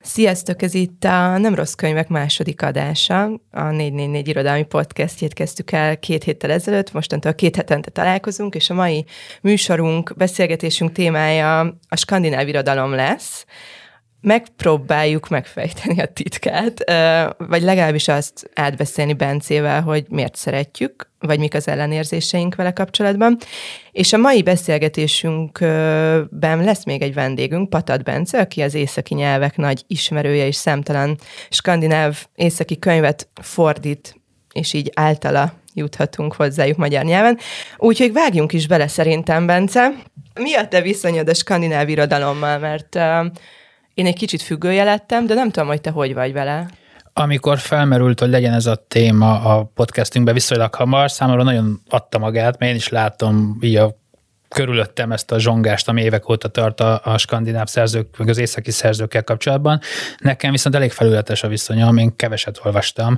Sziasztok, ez itt a Nem rossz könyvek második adása. A 444 irodalmi podcastjét kezdtük el 2 héttel ezelőtt, mostantól 2 hetente találkozunk, és a mai műsorunk, beszélgetésünk témája a skandináv irodalom lesz. Megpróbáljuk megfejteni a titkát, vagy legalábbis azt átbeszélni Bencével, hogy miért szeretjük, vagy mik az ellenérzéseink vele kapcsolatban. És a mai beszélgetésünkben lesz még egy vendégünk, Patat Bence, aki az északi nyelvek nagy ismerője, és számtalan skandináv északi könyvet fordít, és így általa juthatunk hozzájuk magyar nyelven. Úgyhogy vágjunk is bele szerintem, Bence. Mi a te viszonyod a skandináv irodalommal? Mert én egy kicsit függője lettem, de nem tudom, hogy te hogy vagy vele. Amikor felmerült, hogy legyen ez a téma a podcastünkben viszonylag hamar, számomra nagyon adta magát, mert én is látom így körülöttem ezt a zsongást, ami évek óta tart a skandináv szerzők, meg az északi szerzőkkel kapcsolatban. Nekem viszont elég felületes a viszonyom, én keveset olvastam.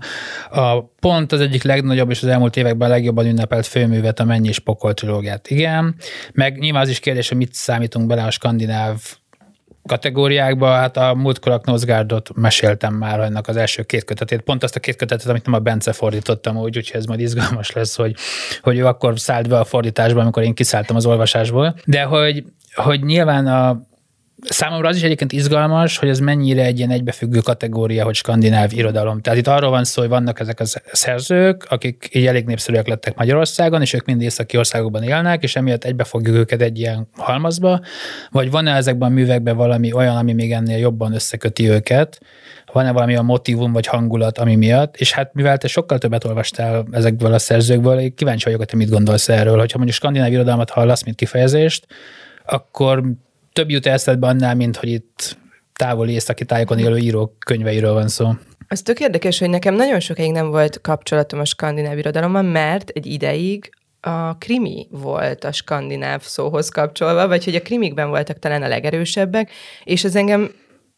Pont az egyik legnagyobb és az elmúlt években legjobban ünnepelt főművet, a Mennyi és Pokol trilógiát. Igen, meg nyilván az is kérdés, hogy mit számítunk bele a skandináv kategóriákba, hát a múltkor a Knausgaardot meséltem már ennek az első 2 kötetét, pont azt a 2 kötetet, amit nem a Bence fordítottam úgy, úgyhogy ez majd izgalmas lesz, hogy ő akkor szállt be a fordításba, amikor én kiszálltam az olvasásból, de hogy nyilván számomra az is egyébként izgalmas, hogy ez mennyire egy ilyen egybefüggő kategória, hogy skandináv irodalom. Tehát itt arról van szó, hogy vannak ezek a szerzők, akik így elég népszerűek lettek Magyarországon, és ők mind északi országokban élnek, és emiatt egybefogjuk őket egy ilyen halmazba, vagy van-e ezekben a művekben valami olyan, ami még ennél jobban összeköti őket, van-e valami a motívum vagy hangulat, ami miatt, és hát mivel te sokkal többet olvastál ezekből a szerzőkből, én kíváncsi vagyok, hogy te mit gondolsz erről, hogyha mondjuk skandináv irodalmat hallasz, mint kifejezést, akkor több jut eszedbe annál, mint hogy itt távoli északi tájokon élő írók könyveiről van szó. Az tök érdekes, hogy nekem nagyon sokáig nem volt kapcsolatom a skandináv irodalommal, mert egy ideig a krimi volt a skandináv szóhoz kapcsolva, vagy hogy a krimikben voltak talán a legerősebbek, és ez engem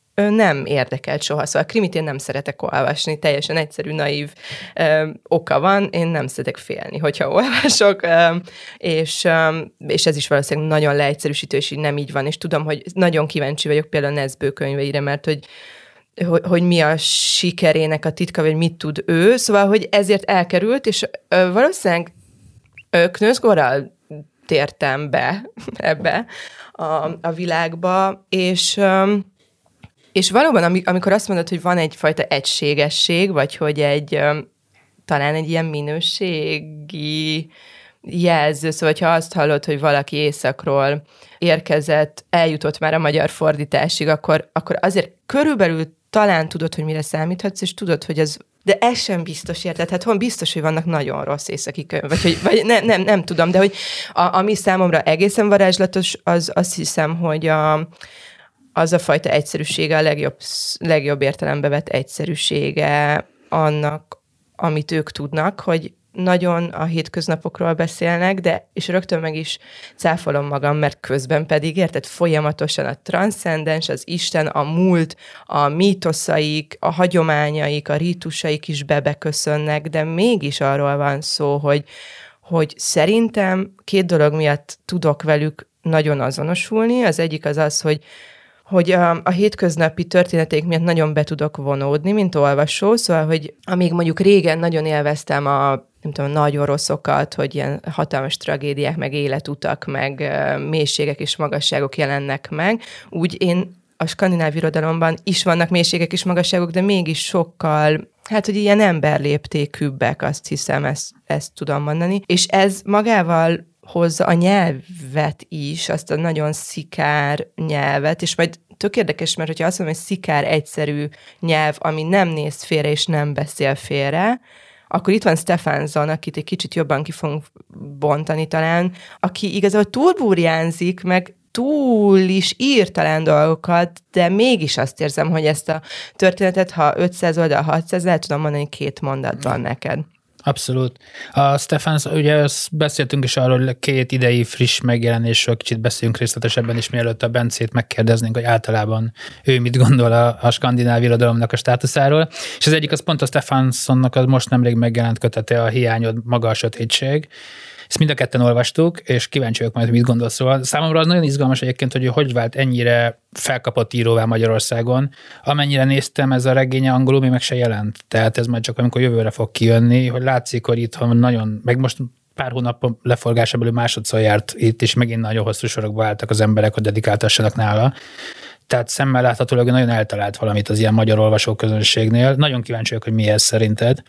nem érdekelt soha. Szóval a krimit én nem szeretek olvasni, teljesen egyszerű, naív oka van, én nem szeretek félni, hogyha olvasok, és ez is valószínűleg nagyon leegyszerűsítő, és így nem így van, és tudom, hogy nagyon kíváncsi vagyok például Nesbő könyveire, mert hogy mi a sikerének a titka, vagy mit tud ő, szóval, hogy ezért elkerült, és valószínűleg Knausgaardal tértem be ebbe a világba, és valóban, amikor azt mondod, hogy van egyfajta egységesség, vagy hogy talán egy ilyen minőségi jelző, szóval ha azt hallod, hogy valaki északról érkezett, eljutott már a magyar fordításig, akkor azért körülbelül talán tudod, hogy mire számíthatsz, és tudod, hogy az, de ez sem biztos, érted? Hát biztos, hogy vannak nagyon rossz északi könyv, vagy nem tudom, de hogy ami számomra egészen varázslatos, az azt hiszem, hogy az a fajta egyszerűsége, a legjobb értelembe vett egyszerűsége annak, amit ők tudnak, hogy nagyon a hétköznapokról beszélnek, és rögtön meg is cáfolom magam, mert közben pedig, érted, folyamatosan a transzcendens, az Isten, a múlt, a mítoszaik, a hagyományaik, a rítusaik is beköszönnek, de mégis arról van szó, hogy szerintem 2 dolog miatt tudok velük nagyon azonosulni. Az egyik az, hogy a hétköznapi történeteik miatt nagyon be tudok vonódni, mint olvasó, szóval, hogy amíg mondjuk régen nagyon élveztem nem tudom, nagy oroszokat, hogy ilyen hatalmas tragédiák, meg életutak, meg mélységek és magasságok jelennek meg, úgy én a skandináv irodalomban is vannak mélységek és magasságok, de mégis sokkal, hát, hogy ilyen emberléptékűbbek, azt hiszem, ezt tudom mondani. És ez magával hozza a nyelvet is, azt a nagyon szikár nyelvet, és majd tök érdekes, mert hogyha azt mondom, hogy szikár, egyszerű nyelv, ami nem néz félre és nem beszél félre, akkor itt van Stefansson, akit egy kicsit jobban ki fogunk bontani talán, aki igazából túlburjánzik, meg túl is ír talán dolgokat, de mégis azt érzem, hogy ezt a történetet, ha 500 oldal, 600, el tudom mondani 2 mondatban neked. Abszolút. A Stefans, ugye beszéltünk is arról, hogy 2 idei friss megjelenésről kicsit beszélünk részletesebben is, mielőtt a Bencét megkérdeznénk, hogy általában ő mit gondol a skandináv irodalomnak a státuszáról. És az egyik az pont a Stefanssonnak az most nemrég megjelent kötete, a Hiányod, maga a sötétség. Ezt mind a ketten olvastuk, és kíváncsi vagyok majd, mit gondolsz róla. Számomra az nagyon izgalmas egyébként, hogy vált ennyire felkapott íróvá Magyarországon. Amennyire néztem, ez a regénye angolul még meg se jelent. Tehát ez majd csak amikor jövőre fog kijönni, hogy látszik, hogy itthon nagyon, meg most pár hónap leforgása belül másodszor járt itt, és megint nagyon hosszú sorokba álltak az emberek, hogy dedikáltassanak nála. Tehát szemmel láthatólag nagyon eltalált valamit az ilyen magyar olvasóközönségnél. Nagyon kíváncsi vagyok, hogy mi ez szerinted.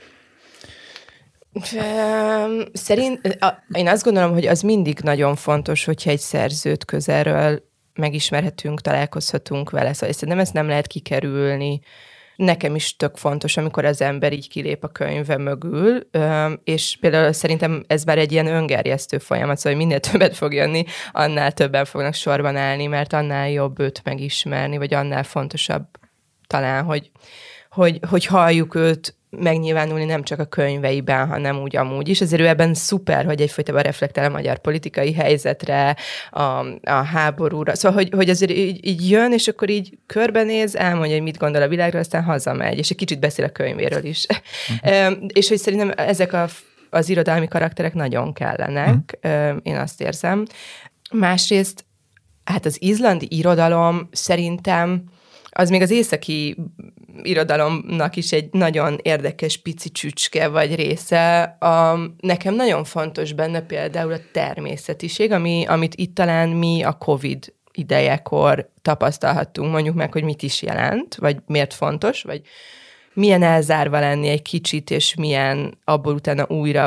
Én azt gondolom, hogy az mindig nagyon fontos, hogyha egy szerzőt közelről megismerhetünk, találkozhatunk vele. Szóval szerintem ezt nem lehet kikerülni. Nekem is tök fontos, amikor az ember így kilép a könyve mögül, és például szerintem ez már egy ilyen öngerjesztő folyamat, szóval minél többet fog jönni, annál többen fognak sorban állni, mert annál jobb őt megismerni, vagy annál fontosabb talán, hogy halljuk őt megnyilvánulni nem csak a könyveiben, hanem úgy amúgy is. Azért ő ebben szuper, hogy egyfajtában reflektál a magyar politikai helyzetre, a háborúra. Szóval, hogy azért így jön, és akkor így körbenéz, elmondja, hogy mit gondol a világról, aztán hazamegy, és egy kicsit beszél a könyvéről is. És hogy szerintem ezek az irodalmi karakterek nagyon kellenek, én azt érzem. Másrészt, hát az izlandi irodalom szerintem az még az északi irodalomnak is egy nagyon érdekes pici csücske vagy része. Nekem nagyon fontos benne például a természetiség, amit itt talán mi a Covid idejekor tapasztalhattunk, mondjuk meg, hogy mit is jelent, vagy miért fontos, vagy milyen elzárva lenni egy kicsit, és milyen abból utána újra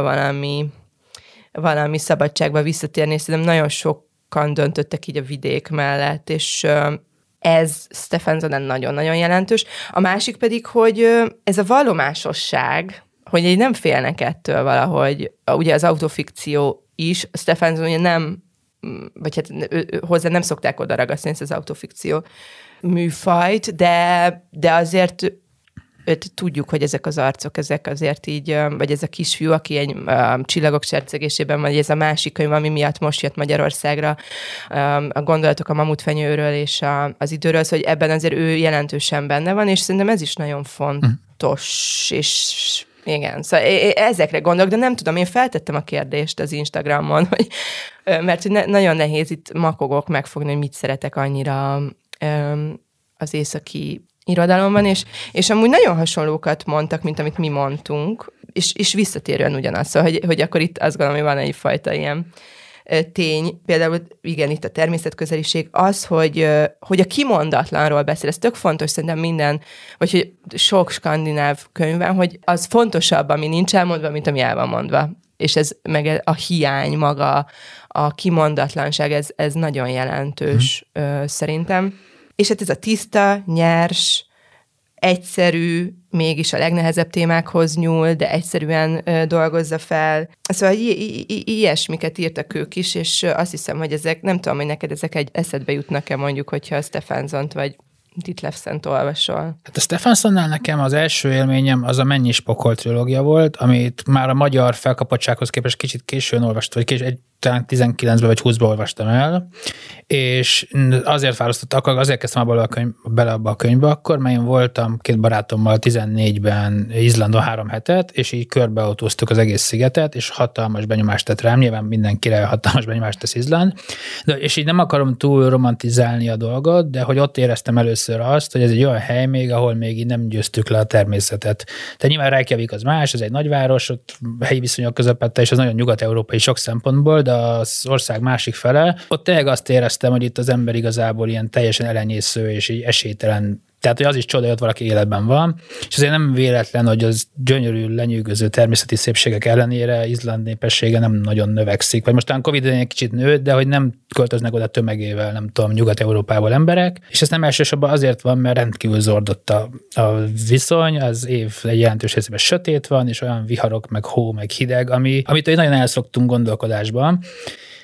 valami szabadságba visszatérni, és szerintem nagyon sokan döntöttek így a vidék mellett, és ez Stephensonen nagyon-nagyon jelentős. A másik pedig, hogy ez a vallomásosság, hogy így nem félnek ettől valahogy, ugye az autofikció is, Stephenson ugye nem, vagy hát hozzá nem szokták oda ragasztani ezt az autofikció műfajt, de azért tudjuk, hogy ezek az arcok, ezek azért így, vagy ez a kisfiú, aki egy Csillagok sercegésében, vagy ez a másik könyv, ami miatt most jött Magyarországra, a gondolatok a mamutfenyőről és az időről, szóval, hogy ebben azért ő jelentősen benne van, és szerintem ez is nagyon fontos, és igen, szóval ezekre gondolok, de nem tudom, én feltettem a kérdést az Instagramon, mert nagyon nehéz itt makogok megfogni, hogy mit szeretek annyira az északi irodalomban, és amúgy nagyon hasonlókat mondtak, mint amit mi mondtunk, és visszatérően ugyanaz, szóval, hogy akkor itt azt gondolom, hogy van egyfajta ilyen tény, például igen, itt a természetközeliség, az, hogy a kimondatlanról beszél, ez tök fontos szerintem minden, vagy hogy sok skandináv könyvben, hogy az fontosabb, ami nincs elmondva, mint ami el van mondva. És ez meg a hiány maga, a kimondatlanság, ez nagyon jelentős szerintem. És hát ez a tiszta, nyers, egyszerű, mégis a legnehezebb témákhoz nyúl, de egyszerűen dolgozza fel. Szóval ilyesmiket írtak ők is, és azt hiszem, hogy ezek, nem tudom, hogy neked ezek egy eszedbe jutnak-e mondjuk, hogyha a Stephensont vagy Ditlevsent olvasol. Hát a Stephensonnál nekem az első élményem az a Menny is pokol trilógia volt, amit már a magyar felkapottsághoz képest kicsit későn olvastam, vagy talán 19-ben vagy 20-ban olvastam el, és azért választottak, azért kezdtem bele abba a könyvbe akkor, mert én voltam két barátommal 14-ben Izlandon 3 hetet, és így körbeautóztuk az egész szigetet, és hatalmas benyomást tett rám, nyilván mindenkire hatalmas benyomást tesz Izland, és így nem akarom túl romantizálni a dolgot, de hogy ott éreztem először azt, hogy ez egy olyan hely még, ahol még így nem győztük le a természetet. Tehát nyilván Reykjavik az más, ez egy nagyváros, ott helyi viszonyok közepette, és az nagyon nyugat-európai sok szempontból, de az ország másik fele, ott tényleg azt éreztem, hogy itt az ember igazából ilyen teljesen elenyésző és így esélytelen. Tehát, hogy az is csoda, hogy ott valaki életben van, és azért nem véletlen, hogy az gyönyörű, lenyűgöző természeti szépségek ellenére Izland népessége nem nagyon növekszik. Vagy most talán Covid egy kicsit nőtt, de hogy nem költöznek oda tömegével, nem tudom, Nyugat-Európából emberek, és ez nem elsősorban azért van, mert rendkívül zordott a viszony, az év egy jelentős részében sötét van, és olyan viharok, meg hó, meg hideg, amit nagyon elszoktunk gondolkodásban.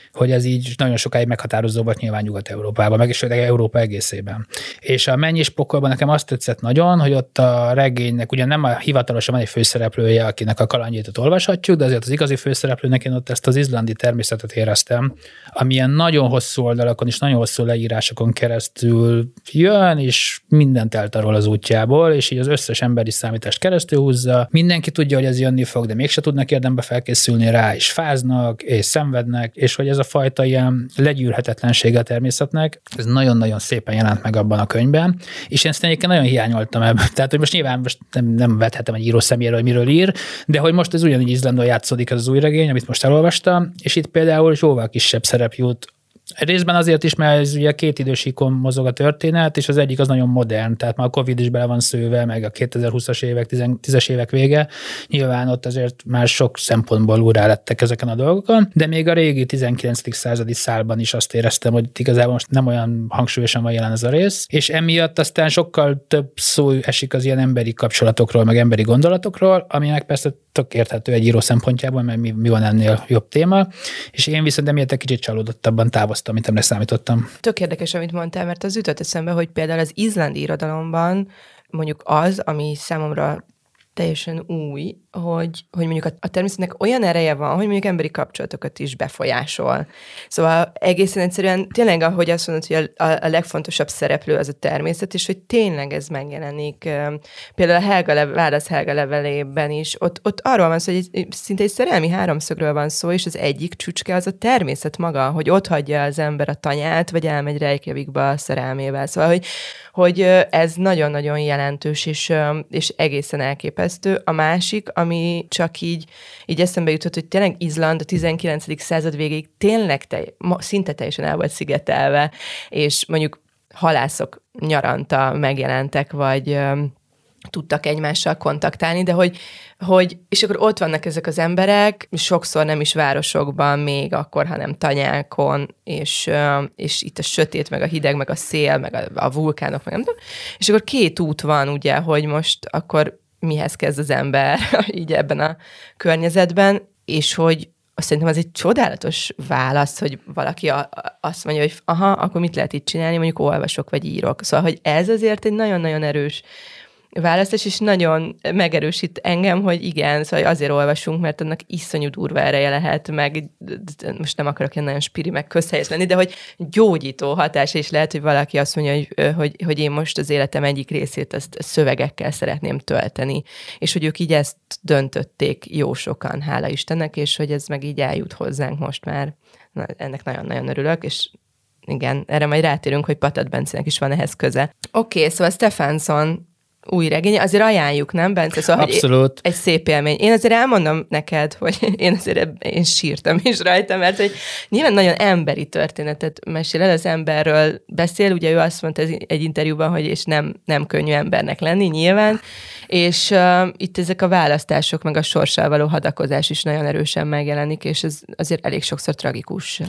hogy ez így nagyon sokáig meghatározó volt nyilván Nyugat-Európában, meg is Európa egészében. És a Menny és pokolban nekem azt tetszett nagyon, hogy ott a regénynek ugyan nem a hivatalosan van egy főszereplője, akinek a kalandjait olvashatjuk, de azért az igazi főszereplőnek én ott ezt az izlandi természetet éreztem, amilyen nagyon hosszú oldalakon és nagyon hosszú leírásokon keresztül jön, és mindent eltarol az útjából, és így az összes emberi számítást keresztül húzza. Mindenki tudja, hogy ez jönni fog, de mégse tudnak érdembe felkészülni rá, és fáznak, és szenvednek, és hogy ez a fajta ilyen legyűrhetetlensége a természetnek, ez nagyon-nagyon szépen jelent meg abban a könyvben, és én ezt egyébként nagyon hiányoltam ebben. Tehát, hogy most nyilván nem vethetem egy író személyről, hogy miről ír, de hogy most ez ugyanígy Izlandon játszódik ez az új regény, amit most elolvastam, és itt például jóval kisebb szerep jut. Részben azért is, mert ez ugye két idősíkon mozog a történet, és az egyik az nagyon modern, tehát már a Covid is bele van szőve, meg a 2020-as évek, 10-es évek vége. Nyilván ott azért már sok szempontból úrrá lettek ezeken a dolgokon, de még a régi 19. századi szálban is azt éreztem, hogy igazából most nem olyan hangsúlyosan van jelen ez a rész, és emiatt aztán sokkal több szó esik az ilyen emberi kapcsolatokról, meg emberi gondolatokról, aminek persze tök érthető egy író szempontjából, mert mi van ennél jobb téma, és én viszont emiatt egy kicsit csalódottabban távoztam, amit nem számítottam. Tök érdekes, amit mondtál, mert az jutott eszembe, hogy például az izlandi irodalomban mondjuk az, ami számomra teljesen új, hogy mondjuk a természetnek olyan ereje van, hogy mondjuk emberi kapcsolatokat is befolyásol. Szóval egészen egyszerűen tényleg, ahogy azt mondod, hogy a legfontosabb szereplő az a természet, és hogy tényleg ez megjelenik. Például a Válasz Helga levelében is, ott arról van szó, hogy szinte egy szerelmi háromszögről van szó, és az egyik csücske az a természet maga, hogy ott hagyja az ember a tanyát, vagy elmegy Reykjavikba a szerelmével. Szóval, hogy ez nagyon-nagyon jelentős, és egészen elképesztő. A másik, ami csak így eszembe jutott, hogy tényleg Izland a 19. század végéig tényleg szinte teljesen el volt szigetelve, és mondjuk halászok nyaranta megjelentek, vagy tudtak egymással kontaktálni, de hogy és akkor ott vannak ezek az emberek, sokszor nem is városokban még akkor, hanem tanyákon, és itt a sötét, meg a hideg, meg a szél, meg a vulkánok, meg nem tudom. És akkor két út van, ugye, hogy most akkor mihez kezd az ember így ebben a környezetben, és hogy szerintem az egy csodálatos válasz, hogy valaki azt mondja, hogy aha, akkor mit lehet itt csinálni, mondjuk olvasok, vagy írok. Szóval, hogy ez azért egy nagyon-nagyon erős választás, és nagyon megerősít engem, hogy igen, szóval azért olvasunk, mert annak iszonyú durva ereje lehet, meg most nem akarok ilyen nagyon spiri, meg közhelyes lenni, de hogy gyógyító hatása is lehet, hogy valaki azt mondja, hogy én most az életem egyik részét azt szövegekkel szeretném tölteni, és hogy ők így ezt döntötték jó sokan, hála Istennek, és hogy ez meg így eljut hozzánk most már. Na, ennek nagyon-nagyon örülök, és igen, erre majd rátérünk, hogy Patat Bencének is van ehhez köze. Oké, szóval Stephenson új regény, azért ajánljuk, nem, Bence? Szóval, abszolút. Egy szép élmény. Én azért elmondom neked, hogy én sírtam is rajta, mert hogy nyilván nagyon emberi történetet mesél el, az emberről beszél, ugye ő azt mondta egy interjúban, hogy és nem könnyű embernek lenni, nyilván, és itt ezek a választások, meg a sorssal való hadakozás is nagyon erősen megjelenik, és ez azért elég sokszor tragikus.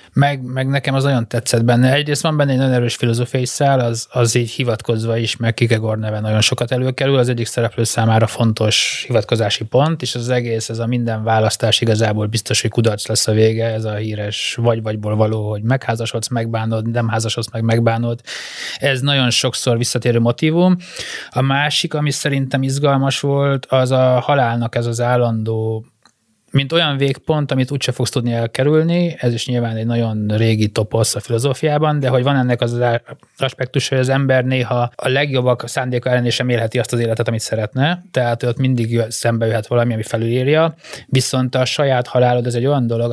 Meg nekem az nagyon tetszett benne. Egyrészt van benne egy nagyon erős filozófiai szál, az így hivatkozva is, meg Kierkegaard neve nagyon sokat előkerül, az egyik szereplő számára fontos hivatkozási pont, és az egész, ez a minden választás igazából biztos, hogy kudarc lesz a vége, ez a híres vagy-vagyból való, hogy megházasodsz, megbánod, nem házasodsz, meg megbánod. Ez nagyon sokszor visszatérő motívum. A másik, ami szerintem izgalmas volt, az a halálnak ez az állandó, mint olyan végpont, amit úgyse fogsz tudni elkerülni, ez is nyilván egy nagyon régi toposz a filozófiában, de hogy van ennek az aspektus, hogy az ember néha a legjobbak szándéka ellenére sem élheti azt az életet, amit szeretne, tehát ott mindig szembe jöhet valami, ami felülírja, viszont a saját halálod ez egy olyan dolog,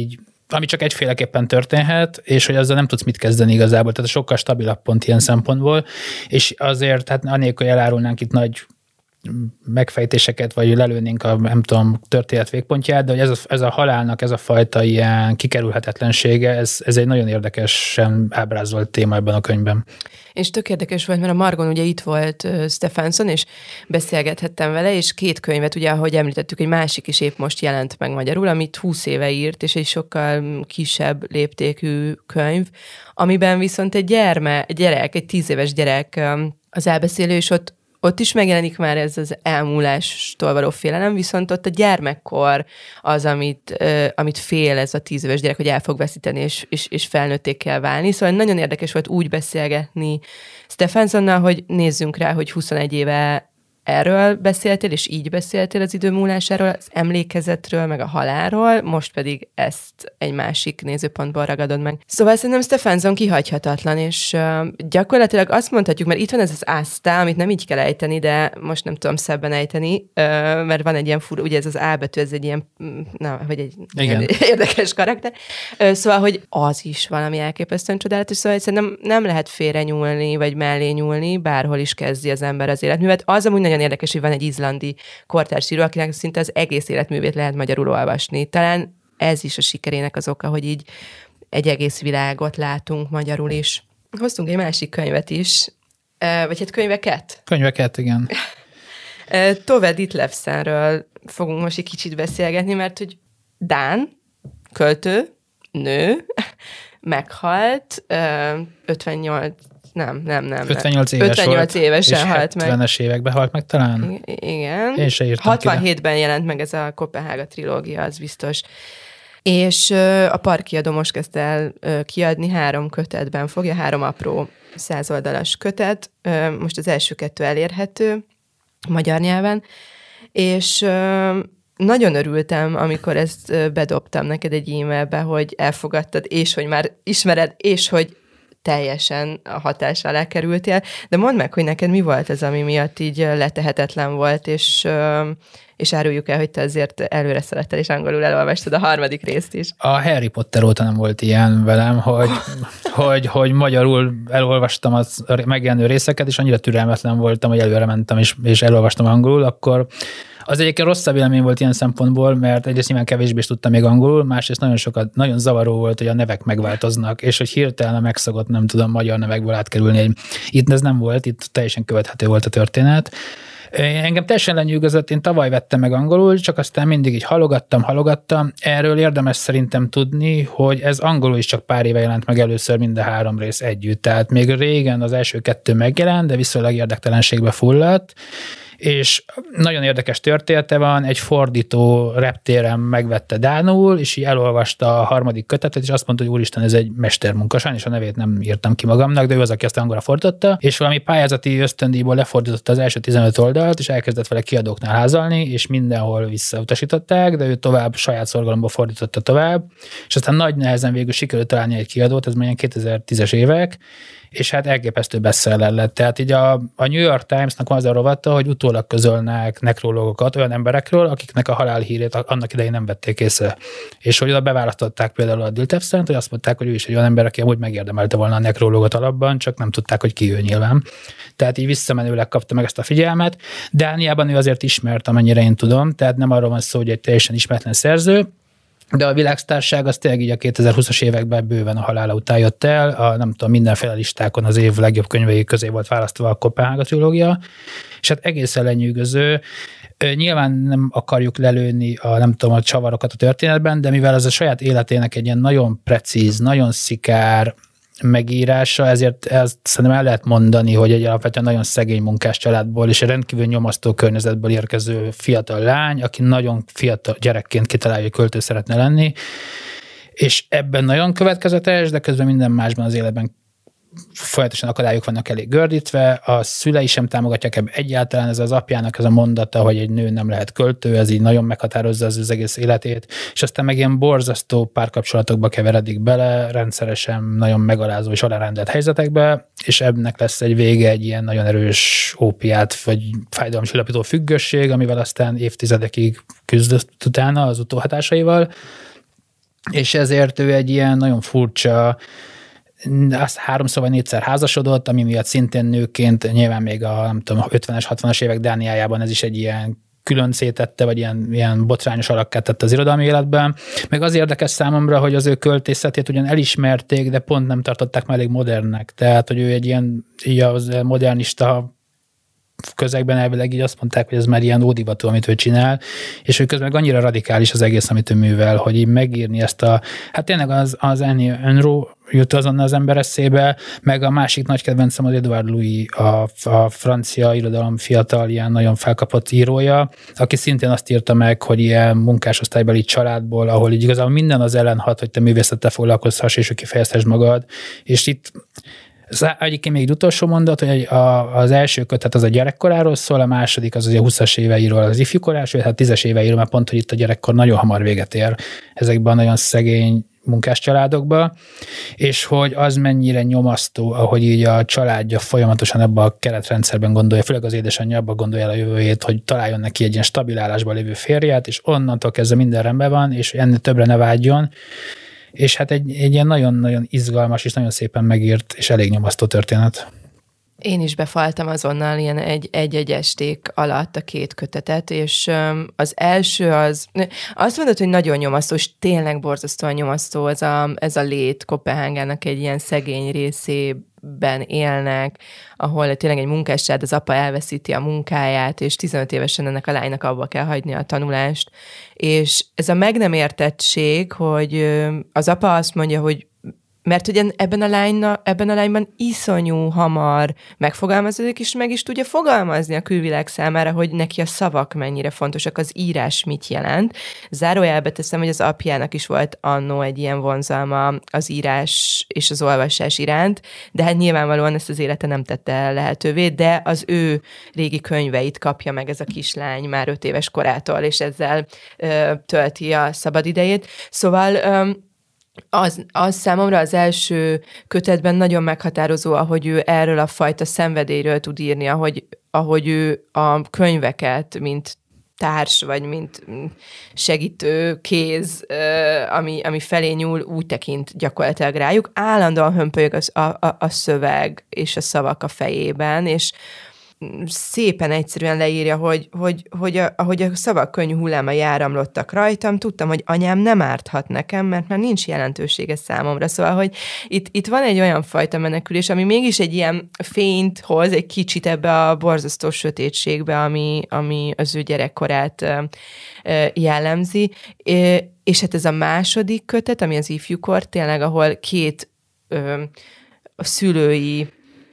ami csak egyféleképpen történhet, és hogy azzal nem tudsz mit kezdeni igazából, tehát sokkal stabilabb pont ilyen szempontból, és azért, hát anélkül elárulnánk itt nagy megfejtéseket, vagy lelőnénk a, nem tudom, történet végpontját, de hogy ez a halálnak, ez a fajta ilyen kikerülhetetlensége, ez egy nagyon érdekesen ábrázolt téma ebben a könyvben. És tök érdekes volt, mert a Margon ugye itt volt Stephenson, és beszélgethettem vele, és két könyvet, ugye, ahogy említettük, egy másik is épp most jelent meg magyarul, amit 20 éve írt, és egy sokkal kisebb léptékű könyv, amiben viszont egy gyerek, egy 10 éves gyerek az elbeszélő, és ott ott is megjelenik már ez az elmúlástól való félelem, viszont ott a gyermekkor az, amit fél ez a 10 éves gyerek, hogy el fog veszíteni, és felnőtté kell válni. Szóval nagyon érdekes volt úgy beszélgetni Stephensonnal, hogy nézzünk rá, hogy 21 éve erről beszéltél, és így beszéltél az idő múlásáról, az emlékezetről, meg a halálról, most pedig ezt egy másik nézőpontból ragadod meg. Szóval szerintem Stephenson kihagyhatatlan, és gyakorlatilag azt mondhatjuk, mert itt van ez az Asta, amit nem így kell ejteni, de most nem tudom szebben ejteni, mert van egy ilyen fura, ugye ez az A betű, ez egy ilyen, vagy egy ilyen érdekes karakter. Szóval, hogy az is valami elképesztően csodálatos, szóval szerintem nem lehet félre nyúlni, vagy mellé nyúlni, bárhol is kezdi az ember az életművet. Az amúgy nagyon érdekes, hogy van egy izlandi kortársíró, akinek szinte az egész életművét lehet magyarul olvasni. Talán ez is a sikerének az oka, hogy így egy egész világot látunk magyarul is. Hoztunk egy másik könyvet is, vagy hát könyveket? Könyveket, igen. Tove Ditlevsenről fogunk most egy kicsit beszélgetni, mert hogy dán, költő, nő, meghalt, 58 évesen halt meg. 70-es években halt meg talán? Igen. Én se írtam 67-ben jelent meg ez a Kopenhága trilógia, az biztos. És a Parkiadó most kezdte el kiadni, 3 kötetben fogja, 3 apró 100 oldalas kötet. Most az első 2 elérhető magyar nyelven. És nagyon örültem, amikor ezt bedobtam neked egy e-mailbe, hogy elfogadtad, és hogy már ismered, és hogy teljesen a hatás alá kerültél, de mondd meg, hogy neked mi volt ez, ami miatt így letehetetlen volt, és áruljuk el, hogy te azért előre szerettel, és angolul elolvastad a 3. részt is. A Harry Potter óta nem volt ilyen velem, hogy magyarul elolvastam az megjelenő részeket, és annyira türelmetlen voltam, hogy előre mentem, és elolvastam angolul, akkor az egyébként rosszabb élmény volt ilyen szempontból, mert egyrészt nyilván kevésbé is tudtam még angolul, másrészt nagyon zavaró volt, hogy a nevek megváltoznak, és hogy hirtelen a megszokott, nem tudom, magyar nevekből átkerülni. Itt ez nem volt, itt teljesen követhető volt a történet. Engem teljesen lenyűgözött, én tavaly vettem meg angolul, csak aztán mindig így halogattam. Erről érdemes szerintem tudni, hogy ez angolul is csak pár éve jelent meg először mind a 3 rész együtt. Tehát még régen az első 2 megjelent, de viszonylag érdektelenségbe fulladt, és nagyon érdekes története van, egy fordító reptéren megvette dánul, és így elolvasta a 3. kötetet, és azt mondta, hogy úristen, ez egy mestermunka, sajnos a nevét nem írtam ki magamnak, de ő az, aki ezt angolra fordította, és valami pályázati ösztöndíjból lefordította az első 15 oldalt, és elkezdett vele kiadóknál házalni, és mindenhol visszautasították, de ő tovább saját szorgalomból fordította tovább, és aztán nagy nehezen végül sikerült találni egy kiadót, ez már ilyen 2010-es évek, és hát elképesztő bestseller lett. Tehát így a New York Times-nak van az a rovata, hogy utólag közölnek nekrológokat olyan emberekről, akiknek a halálhírét annak idején nem vették észre. És hogy oda beválasztották például a Ditlevsent, hogy azt mondták, hogy ő is egy olyan ember, aki amúgy megérdemelte volna a nekrológot alapban, csak nem tudták, hogy ki ő nyilván. Tehát így visszamenőleg kapta meg ezt a figyelmet. Dániában ő azért ismert, amennyire én tudom, tehát nem arról van szó, hogy egy teljesen ismeretlen szerző, de a világsztárság az tényleg így a 2020-as években bőven a halála után jött el, nem tudom, mindenféle listákon az év legjobb könyvei közé volt választva a Kopenhága trilógia, és hát egészen lenyűgöző. Nyilván nem akarjuk lelőni a csavarokat a történetben, de mivel ez a saját életének egy ilyen nagyon precíz, nagyon szikár megírása, ezért ezt szerintem el lehet mondani, hogy egy alapvetően nagyon szegény munkás családból és egy rendkívül nyomasztó környezetből érkező fiatal lány, aki nagyon fiatal gyerekként kitalálja, hogy költő szeretne lenni, és ebben nagyon következetes, de közben minden másban az életben folyamatosan akadályok vannak elég gördítve, a szülei sem támogatják ebben egyáltalán, ez az apjának ez a mondata, hogy egy nő nem lehet költő, ez így nagyon meghatározza az egész életét, és aztán meg ilyen borzasztó párkapcsolatokba keveredik bele, rendszeresen nagyon megalázó és alárendelt helyzetekbe, és ennek lesz egy vége, egy ilyen nagyon erős ópiát, vagy fájdalomcsillapító függőség, amivel aztán évtizedekig küzdött utána az utóhatásaival, és ezért ő egy ilyen nagyon furcsa, azt 3-szor vagy 4-szer házasodott, ami miatt szintén nőként nyilván még a 50-es, 60-as évek Dániájában ez is egy ilyen külön szétette, vagy ilyen botrányos alakká tette az irodalmi életben. Meg az érdekes számomra, hogy az ő költészetét ugyan elismerték, de pont nem tartották már elég modernnek. Tehát, hogy ő egy ilyen modernista közegben elvileg így azt mondták, hogy ez már ilyen ódivatú, amit ő csinál, és hogy közben annyira radikális az egész, amit ő művel, hogy így megírni ezt hát tényleg az Annie Ernaux jut azonnal az ember eszébe, meg a másik nagy kedvencem az Edouard Louis, a francia irodalom fiatal, ilyen nagyon felkapott írója, aki szintén azt írta meg, hogy ilyen munkásosztálybeli családból, ahol így igazából minden az ellen hat, hogy te művészettel foglalkozhass, és hogy kifejezhessd magad, és itt egyébként még egy utolsó mondat, hogy az első kötet az a gyerekkoráról szól, a második az a 20-as éveiről, az ifjúkorás, vagy hát 10-es éveiről, mert pont, hogy itt a gyerekkor nagyon hamar véget ér ezekben a nagyon szegény munkás családokba, és hogy az mennyire nyomasztó, ahogy így a családja folyamatosan ebben a keretrendszerben gondolja, főleg az édesanyja abban gondolja el a jövőjét, hogy találjon neki egy ilyen stabil állásban lévő férját, és onnantól kezdve minden rendben van, és ennél többre ne vágyjon. És hát egy ilyen nagyon-nagyon izgalmas és nagyon szépen megírt és elég nyomasztó történet. Én is befaltam azonnal ilyen egy esték alatt a 2 kötetet, és az első azt mondod, hogy nagyon nyomasztó, és tényleg borzasztóan nyomasztó ez a lét Koppenhágának egy ilyen szegény részében élnek, ahol tényleg egy munkáscsalád, az apa elveszíti a munkáját, és 15 évesen ennek a lánynak abba kell hagyni a tanulást. És ez a meg nem értettség, hogy az apa azt mondja, hogy mert ugye ebben a lányban iszonyú hamar megfogalmazódik, és meg is tudja fogalmazni a külvilág számára, hogy neki a szavak mennyire fontosak, az írás mit jelent. Zárójelbe teszem, hogy az apjának is volt annó egy ilyen vonzalma az írás és az olvasás iránt, de hát nyilvánvalóan ezt az élete nem tette lehetővé, de az ő régi könyveit kapja meg ez a kislány már 5 éves korától, és ezzel tölti a szabadidejét. Szóval az számomra az első kötetben nagyon meghatározó, ahogy ő erről a fajta szenvedélyről tud írni, ahogy ő a könyveket, mint társ, vagy mint segítő kéz, ami felé nyúl, úgy tekint gyakorlatilag rájuk. Állandóan hömpölyög a szöveg és a szavak a fejében, és szépen egyszerűen leírja, ahogy a szavak könnyű hulláma áramlottak rajtam, tudtam, hogy anyám nem árthat nekem, mert már nincs jelentősége számomra. Szóval, hogy itt van egy olyan fajta menekülés, ami mégis egy ilyen fényt hoz egy kicsit ebbe a borzasztó sötétségbe, ami az ő gyerekkorát jellemzi. És hát ez a második kötet, ami az ifjúkor, tényleg, ahol 2 a szülői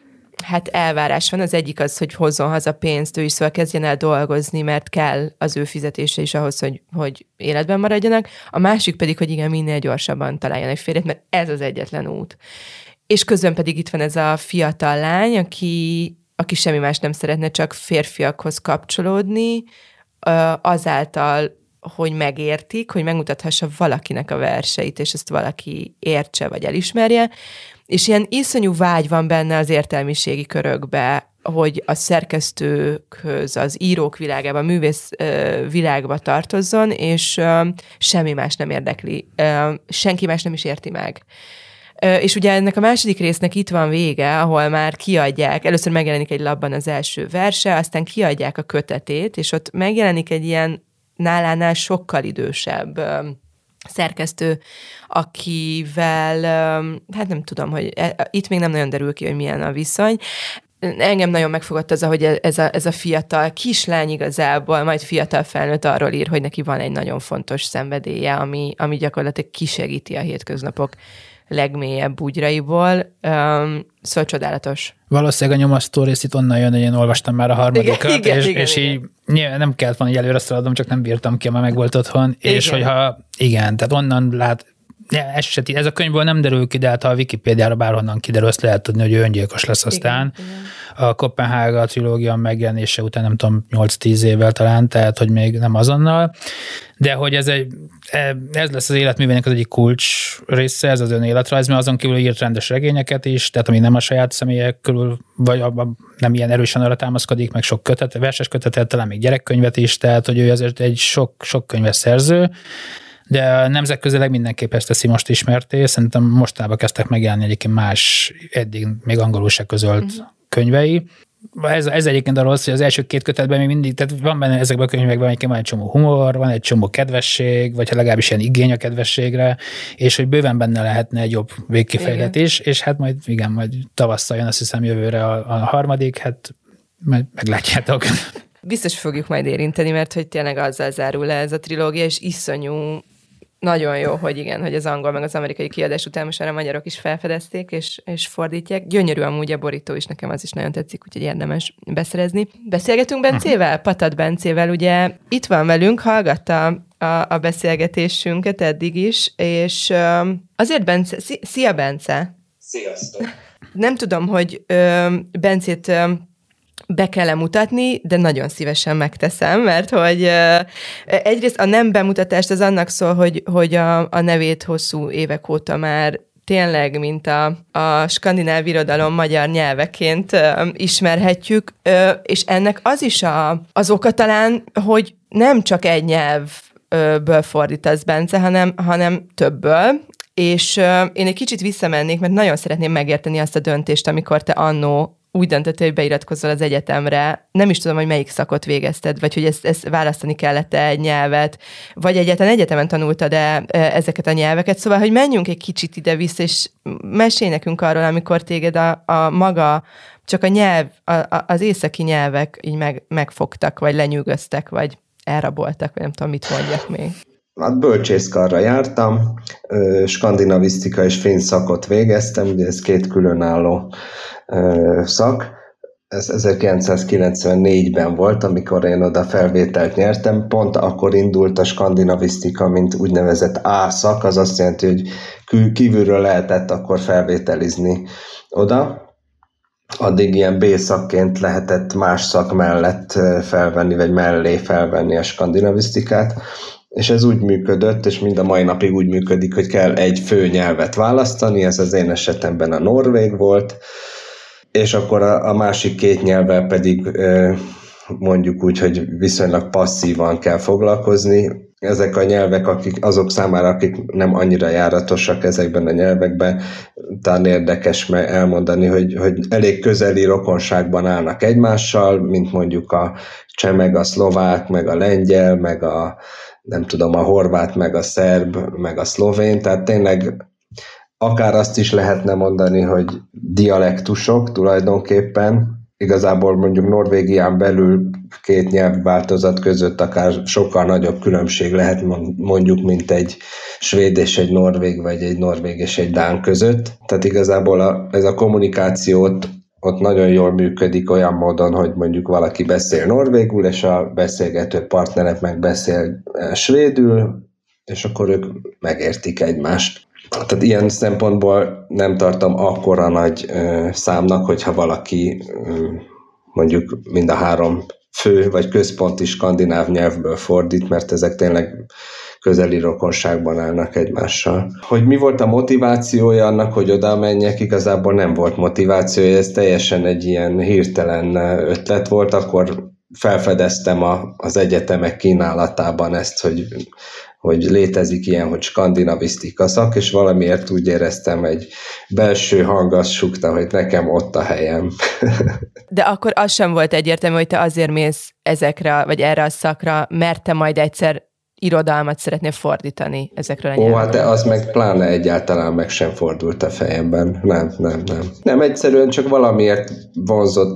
elvárás van. Az egyik az, hogy hozzon haza pénzt, ő is szóval kezdjen el dolgozni, mert kell az ő fizetése is ahhoz, hogy életben maradjanak. A másik pedig, hogy igen, minél gyorsabban találjon egy férjet, mert ez az egyetlen út. És közben pedig itt van ez a fiatal lány, aki semmi más nem szeretne, csak férfiakhoz kapcsolódni, azáltal, hogy megértik, hogy megmutathassa valakinek a verseit, és ezt valaki értse, vagy elismerje. És ilyen iszonyú vágy van benne az értelmiségi körökbe, hogy a szerkesztőkhöz, az írók világába, a művész világba tartozzon, és semmi más nem érdekli, senki más nem is érti meg. És ugye ennek a második résznek itt van vége, ahol már kiadják, először megjelenik egy labban az első verse, aztán kiadják a kötetét, és ott megjelenik egy ilyen nálánál sokkal idősebb szerkesztő, akivel, hát nem tudom, hogy itt még nem nagyon derül ki, hogy milyen a viszony. Engem nagyon megfogott az, hogy ez a fiatal kislány igazából, majd fiatal felnőtt arról ír, hogy neki van egy nagyon fontos szenvedélye, ami gyakorlatilag kisegíti a hétköznapok legmélyebb bugyraiból. Szóval csodálatos. Valószínűleg a nyomasztó rész itt onnan jön, hogy én olvastam már a harmadikat, és így nem kellett volna, hogy előre szaladom, csak nem bírtam ki, mert meg volt otthon, igen. És hogyha tehát onnan lát, ez a könyvből nem derül ki, de hát ha a Wikipédiára bárhonnan kiderül, azt lehet tudni, hogy ő öngyilkos lesz aztán. Igen. A Koppenhága trilógia megjelenése után nem tudom, 8-10 évvel talán, tehát hogy még nem azonnal, de hogy ez lesz az életművének az egyik kulcs része, ez az ön életrajz, mert azon kívül írt rendes regényeket is, tehát ami nem a saját személyek körül, vagy abban nem ilyen erősen arra támaszkodik, meg sok verses kötetet, talán még gyerekkönyvet is, tehát hogy ő azért egy sok könyves szerző, de nemzetközileg mindenképp ezt teszi most ismerté. Szerintem mostában kezdtek megjelenni egyébként más, eddig még angolul se közölt könyvei. Ez egyébként arról szól, hogy az első 2 kötetben még mindig, tehát van benne ezekben a könyvekben egyébként van egy csomó humor, van egy csomó kedvesség, vagy legalábbis ilyen igény a kedvességre, és hogy bőven benne lehetne egy jobb végkifejlet is, és hát majd tavasszal jön, azt hiszem jövőre a harmadik, hát Meglátjátok. Biztos fogjuk majd érinteni, mert hogy tényleg azzal zárul le ez a trilógia, és iszonyú, nagyon jó, hogy igen, hogy az angol meg az amerikai kiadás után most a magyarok is felfedezték, és fordítják. Gyönyörű amúgy a borító is, nekem az is nagyon tetszik, úgyhogy érdemes beszerezni. Beszélgetünk Bencével? Patat Bencével, ugye itt van velünk, hallgatta a beszélgetésünket eddig is, és azért Bence, szia Bence! Sziasztok! Nem tudom, hogy Bencét be kell mutatni, de nagyon szívesen megteszem, mert hogy egyrészt a nem bemutatást az annak szól, hogy a nevét hosszú évek óta már tényleg, mint a skandináv irodalom magyar nyelveként ismerhetjük, és ennek az is az oka talán, hogy nem csak egy nyelvből fordítasz, Bence, hanem többből, és én egy kicsit visszamennék, mert nagyon szeretném megérteni azt a döntést, amikor te annó úgy döntöttél, hogy beiratkozzál az egyetemre. Nem is tudom, hogy melyik szakot végezted, vagy hogy ezt választani kellett-e egy nyelvet, vagy egyáltalán egyetemen tanultad-e ezeket a nyelveket. Szóval, hogy menjünk egy kicsit ide-vissza, és mesélj nekünk arról, amikor téged a maga, csak a nyelv, az északi nyelvek így megfogtak, vagy lenyűgöztek, vagy elraboltak, vagy nem tudom, mit mondjak még. Hát bölcsészkarra jártam, skandinavisztika és finn szakot végeztem, ugye ez két különálló szak. Ez 1994-ben volt, amikor én oda felvételt nyertem, pont akkor indult a skandinavisztika, mint úgynevezett A szak, az azt jelenti, hogy kívülről lehetett akkor felvételizni oda. Addig ilyen B szakként lehetett más szak mellett felvenni, vagy mellé felvenni a skandinavisztikát, és ez úgy működött, és mind a mai napig úgy működik, hogy kell egy fő nyelvet választani, ez az én esetemben a norvég volt, és akkor a másik két nyelvvel pedig mondjuk úgy, hogy viszonylag passzívan kell foglalkozni. Ezek a nyelvek azok számára, akik nem annyira járatosak ezekben a nyelvekben, talán érdekes elmondani, hogy elég közeli rokonságban állnak egymással, mint mondjuk a cseh, meg a szlovák, meg a lengyel, meg a nem tudom, a horvát, meg a szerb, meg a szlovén, tehát tényleg akár azt is lehetne mondani, hogy dialektusok tulajdonképpen, igazából mondjuk Norvégián belül két nyelvváltozat között akár sokkal nagyobb különbség lehet mondjuk, mint egy svéd és egy norvég, vagy egy norvég és egy dán között. Tehát igazából ez a kommunikációt ott nagyon jól működik olyan módon, hogy mondjuk valaki beszél norvégul, és a beszélgető partnerek meg beszél svédül, és akkor ők megértik egymást. Tehát ilyen szempontból nem tartom akkora nagy számnak, hogyha valaki mondjuk mind a három fő vagy központi skandináv nyelvből fordít, mert ezek tényleg közeli rokonságban állnak egymással. Hogy mi volt a motivációja annak, hogy oda menjek, igazából nem volt motivációja, ez teljesen egy ilyen hirtelen ötlet volt, akkor felfedeztem az egyetemek kínálatában ezt, hogy létezik ilyen, hogy skandinavisztika szak, és valamiért úgy éreztem, egy belső hang azt sukta, hogy nekem ott a helyem. De akkor az sem volt egyértelmű, hogy te azért mész ezekre, vagy erre a szakra, mert te majd egyszer irodalmat szeretnél fordítani ezekről a nyelvekről. Hát az meg pláne egyáltalán meg sem fordult a fejemben. Nem. Nem, egyszerűen csak valamiért vonzott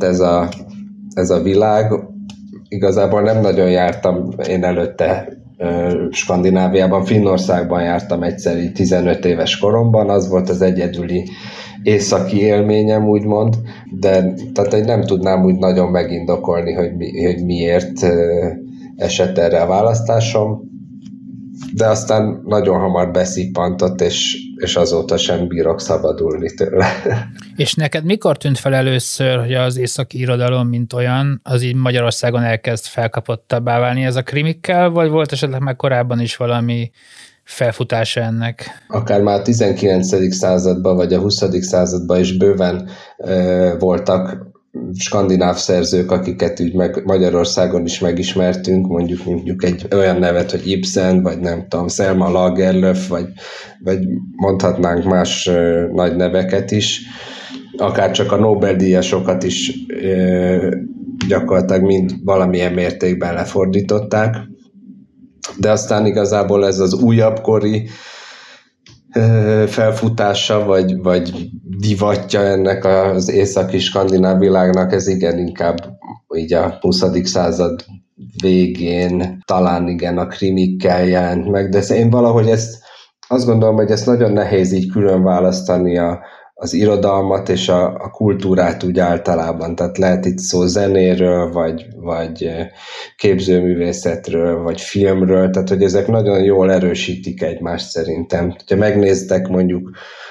ez a világ. Igazából nem nagyon jártam én előtte Skandináviában, Finnországban jártam egyszer 15 éves koromban, az volt az egyedüli északi élményem, úgymond, de tehát nem tudnám úgy nagyon megindokolni, hogy miért esett erre a választásom, de aztán nagyon hamar beszippantott, és azóta sem bírok szabadulni tőle. És neked mikor tűnt fel először, hogy az északi irodalom, mint olyan, az így Magyarországon elkezd felkapottabbá válni ez a krimikkel, vagy volt esetleg már korábban is valami felfutása ennek? Akár már a 19. században, vagy a 20. században is bőven voltak skandináv szerzők, akiket úgy Magyarországon is megismertünk, mondjuk egy olyan nevet, hogy Ibsen, vagy nem tudom, Selma Lagerlöf, vagy mondhatnánk más nagy neveket is, akár csak a Nobel-díjasokat is gyakorlatilag mind valamilyen mértékben lefordították, de aztán igazából ez az újabbkori felfutása, vagy divatja ennek az északi skandináv világnak, ez igen inkább így a 20. század végén, talán igen a krimikkel jelent meg, de én valahogy azt gondolom, hogy ezt nagyon nehéz így külön választani az irodalmat és a kultúrát úgy általában. Tehát lehet itt szó zenéről, vagy képzőművészetről, vagy filmről, tehát hogy ezek nagyon jól erősítik egymást szerintem. Ha megnéztek mondjuk,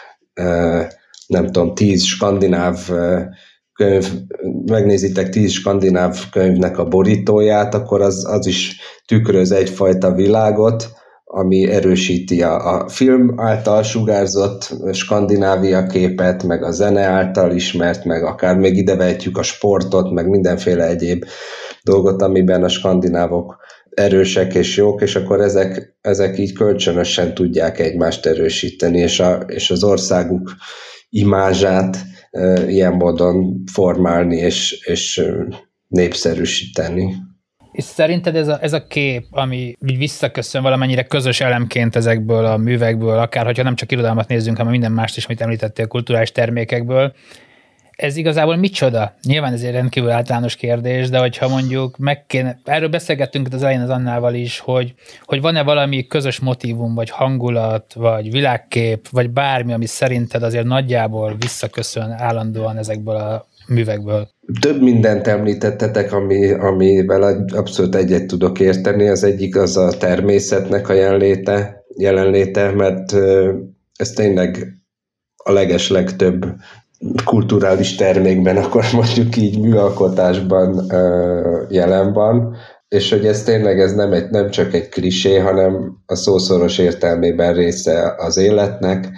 nem tudom, 10 skandináv könyv, megnézitek 10 skandináv könyvnek a borítóját, akkor az is tükröz egyfajta világot, ami erősíti a film által sugárzott Skandinávia képet, meg a zene által ismert, meg akár még ide vehetjük a sportot, meg mindenféle egyéb dolgot, amiben a skandinávok erősek és jók, és akkor ezek így kölcsönösen tudják egymást erősíteni, és az országuk imázsát ilyen módon formálni és népszerűsíteni. És szerinted ez a kép, ami így visszaköszön valamennyire közös elemként ezekből a művekből, akár hogyha nem csak irodalmat nézzünk, hanem minden mást is, amit említettél, kulturális termékekből, ez igazából micsoda? Nyilván ez egy rendkívül általános kérdés, de hogyha mondjuk erről beszélgettünk az elején az Annával is, hogy van-e valami közös motívum, vagy hangulat, vagy világkép, vagy bármi, ami szerinted azért nagyjából visszaköszön állandóan ezekből a művekből? Több mindent említettetek, amivel abszolút egyet tudok érteni. Az egyik az a természetnek a jelenléte, mert ez tényleg a legeslegtöbb kulturális termékben, akkor mondjuk így műalkotásban jelen van, és hogy ez tényleg nem csak egy klisé, hanem a szószoros értelmében része az életnek,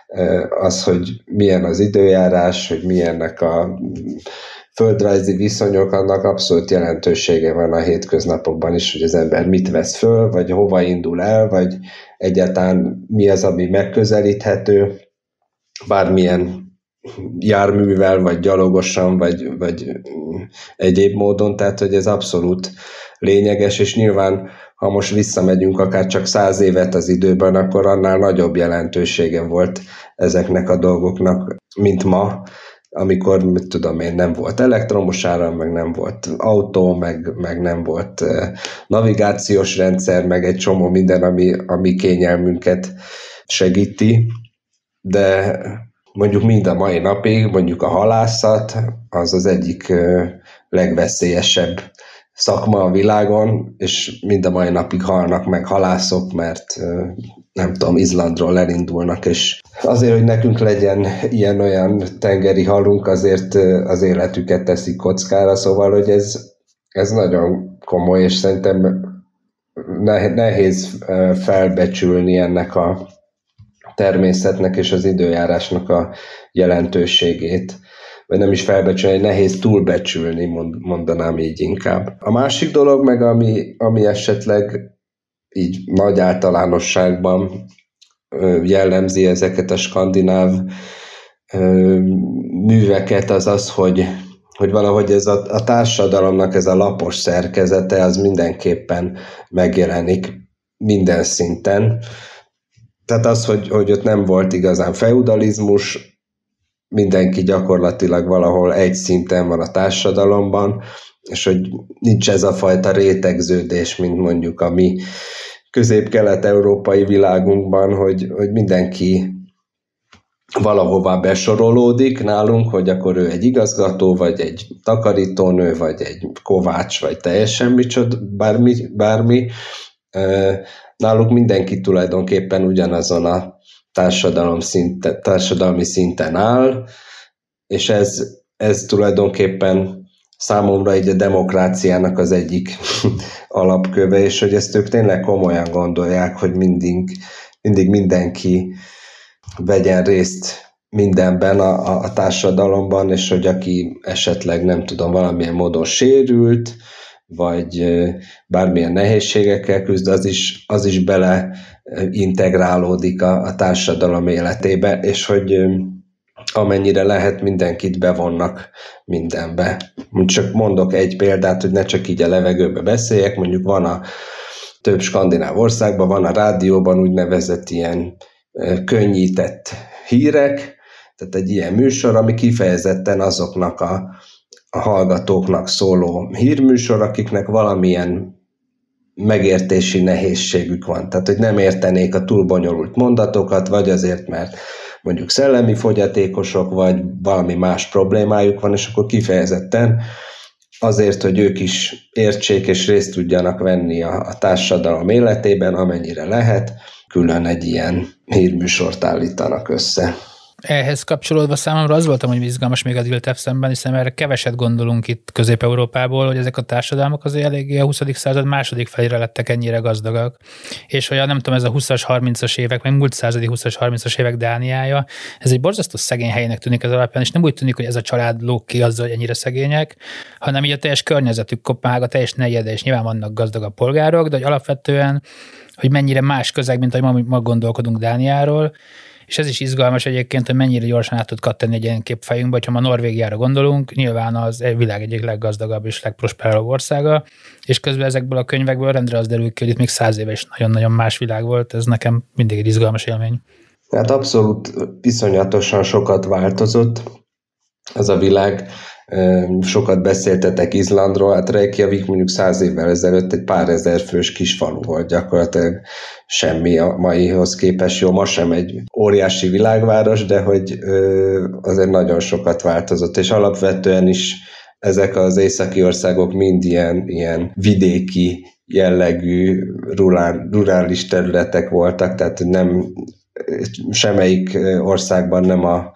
az, hogy milyen az időjárás, hogy milyennek a földrajzi viszonyok, annak abszolút jelentősége van a hétköznapokban is, hogy az ember mit vesz föl, vagy hova indul el, vagy egyáltalán mi az, ami megközelíthető, bármilyen járművel, vagy gyalogosan, vagy egyéb módon, tehát hogy ez abszolút lényeges, és nyilván, ha most visszamegyünk akár csak 100 évet az időben, akkor annál nagyobb jelentősége volt ezeknek a dolgoknak, mint ma, amikor, mit tudom én, nem volt elektromos áram, meg nem volt autó, meg nem volt navigációs rendszer, meg egy csomó minden, ami kényelmünket segíti, de mondjuk mind a mai napig, mondjuk a halászat, az egyik legveszélyesebb szakma a világon, és mind a mai napig halnak meg halászok, mert nem tudom, Izlandról elindulnak, és azért, hogy nekünk legyen ilyen-olyan tengeri halunk, azért az életüket teszik kockára, szóval, hogy ez nagyon komoly, és szerintem nehéz felbecsülni ennek a természetnek és az időjárásnak a jelentőségét, vagy nem is felbecsülni, nehéz túlbecsülni, mondanám így inkább. A másik dolog meg, ami esetleg így nagy általánosságban jellemzi ezeket a skandináv műveket, az, hogy valahogy ez a társadalomnak ez a lapos szerkezete, az mindenképpen megjelenik minden szinten. Tehát az, hogy ott nem volt igazán feudalizmus, mindenki gyakorlatilag valahol egy szinten van a társadalomban, és hogy nincs ez a fajta rétegződés, mint mondjuk a mi közép-kelet-európai világunkban, hogy mindenki valahova besorolódik nálunk, hogy akkor ő egy igazgató, vagy egy takarítónő, vagy egy kovács, vagy teljesen micsoda, bármi. Náluk mindenki tulajdonképpen ugyanazon a társadalmi szinten áll, és ez tulajdonképpen számomra így a demokráciának az egyik alapköve, és hogy ezt ők tényleg komolyan gondolják, hogy mindig mindenki vegyen részt mindenben a társadalomban, és hogy aki esetleg nem tudom, valamilyen módon sérült, vagy bármilyen nehézségekkel küzd, az is bele integrálódik a társadalom életébe, és hogy amennyire lehet, mindenkit bevonnak mindenbe. Csak mondok egy példát, hogy ne csak így a levegőbe beszéljek, mondjuk van a több skandináv országban, van a rádióban úgynevezett ilyen könnyített hírek, tehát egy ilyen műsor, ami kifejezetten azoknak a hallgatóknak szóló hírműsor, akiknek valamilyen megértési nehézségük van. Tehát, hogy nem értenék a túl bonyolult mondatokat, vagy azért, mert mondjuk szellemi fogyatékosok, vagy valami más problémájuk van, és akkor kifejezetten azért, hogy ők is értsék és részt tudjanak venni a társadalom életében, amennyire lehet, külön egy ilyen hírműsort állítanak össze. Ehhez kapcsolódva számomra az volt amúgy izgalmas még a DILTEV szemben, hiszen erre keveset gondolunk itt Közép-Európából, hogy ezek a társadalmak azért eléggé a 20. század második felére lettek ennyire gazdagak. És hogy nem tudom, ez a 20-as, 30-as évek, meg múlt századi 20-as, 30-as évek Dániája, ez egy borzasztó szegény helynek tűnik ez alapján, és nem úgy tűnik, hogy ez a család lóg ki azzal, hogy ennyire szegények, hanem így a teljes környezetük, Koppenhága teljes negyede, és nyilván vannak gazdagabb polgárok, de hogy alapvetően, hogy mennyire más közeg, mint ahogy ma gondolkodunk Dániáról. És ez is izgalmas egyébként, hogy mennyire gyorsan át tud kattani egy ilyen kép fejünkbe, hogyha ma Norvégiára gondolunk, nyilván az világ egyik leggazdagabb és legprosperálóbb országa, és közben ezekből a könyvekből rendre az derül ki, hogy itt még 100 éve is nagyon-nagyon más világ volt, ez nekem mindig egy izgalmas élmény. Hát abszolút iszonyatosan sokat változott az a világ. Sokat beszéltetek Izlandról, hát Reykjavik mondjuk 100 évvel ezelőtt egy pár ezer fős kis falu volt, gyakorlatilag semmi a maihoz képest. Jó, ma sem egy óriási világváros, de hogy azért nagyon sokat változott, és alapvetően is ezek az északi országok mind ilyen vidéki jellegű rurális területek voltak, tehát nem semmelyik országban nem a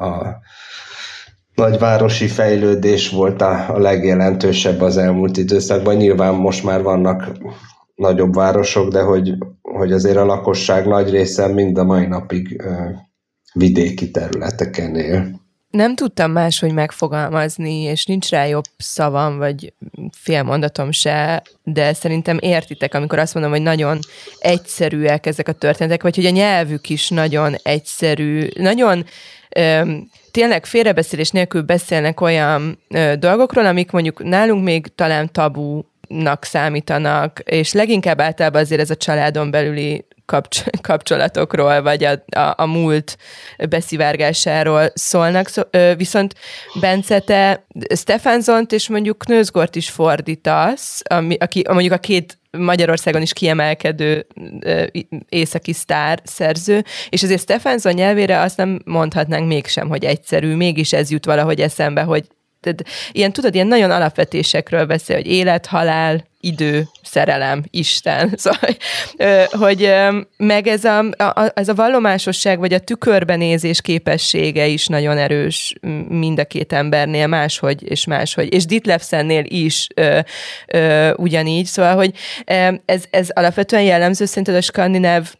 nagyvárosi fejlődés volt a legjelentősebb az elmúlt időszakban. Nyilván most már vannak nagyobb városok, de hogy azért a lakosság nagy része mind a mai napig vidéki területeken él. Nem tudtam máshogy megfogalmazni, és nincs rá jobb szavam, vagy félmondatom se, de szerintem értitek, amikor azt mondom, hogy nagyon egyszerűek ezek a történetek, vagy hogy a nyelvük is nagyon egyszerű, nagyon tényleg félrebeszélés nélkül beszélnek olyan dolgokról, amik mondjuk nálunk még talán tabúnak számítanak, és leginkább általában azért ez a családon belüli kapcsolatokról, vagy a múlt beszivárgásáról szólnak. Viszont Bence, te Stefanzont és mondjuk Knausgårdt is fordítasz, aki mondjuk a két Magyarországon is kiemelkedő északi sztár szerző, és azért Stefanzon nyelvére azt nem mondhatnánk mégsem, hogy egyszerű, mégis ez jut valahogy eszembe, hogy ilyen nagyon alapvetésekről beszél, hogy élet, halál, idő, szerelem, Isten. Szóval, hogy meg ez a vallomásosság, vagy a tükörbenézés képessége is nagyon erős mind a két embernél, máshogy és máshogy. És Ditlevsennél is ugyanígy. Szóval, hogy ez alapvetően jellemző szerinted a skandináv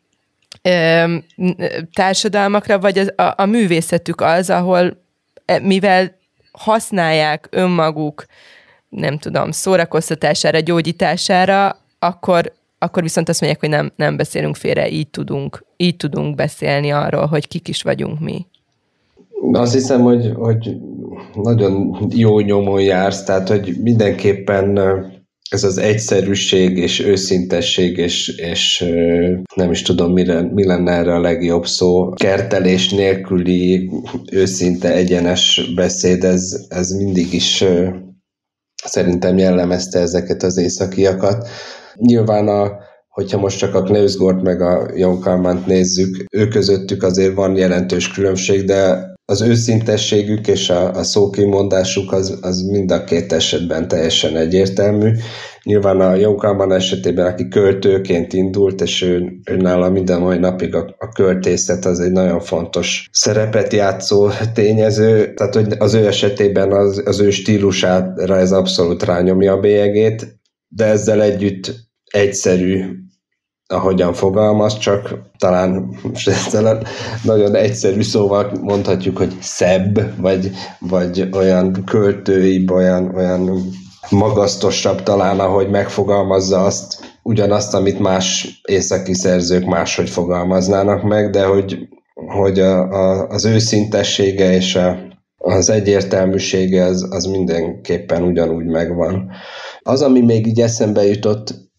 társadalmakra, vagy a művészetük az, ahol mivel használják önmaguk, nem tudom, szórakoztatására, gyógyítására, akkor viszont azt mondják, hogy nem beszélünk félre, így tudunk beszélni arról, hogy kik is vagyunk mi. Azt hiszem, hogy nagyon jó nyomon jársz, tehát hogy mindenképpen ez az egyszerűség és őszintesség, és nem is tudom, mi lenne erre a legjobb szó. Kertelés nélküli, őszinte, egyenes beszéd, ez mindig is szerintem jellemezte ezeket az északiakat. Nyilván hogyha most csak a Knausgårdt meg a Jón Kalmant nézzük, ő közöttük azért van jelentős különbség, de az őszintességük és a szókimondásuk az mind a két esetben teljesen egyértelmű. Nyilván a Jón Kalman esetében, aki költőként indult, és ő nála minden mai napig a költészet az egy nagyon fontos szerepet játszó tényező, tehát hogy az ő esetében az ő stílusára ez abszolút rányomja a bélyegét, de ezzel együtt egyszerű, ahogyan fogalmaz, csak talán nagyon egyszerű szóval mondhatjuk, hogy szebb, vagy olyan költőibb, olyan magasztosabb talán, ahogy megfogalmazza ugyanazt, amit más északi szerzők máshogy fogalmaznának meg, de hogy az őszintessége és az egyértelműsége az mindenképpen ugyanúgy megvan. Az, ami még így eszembe jutott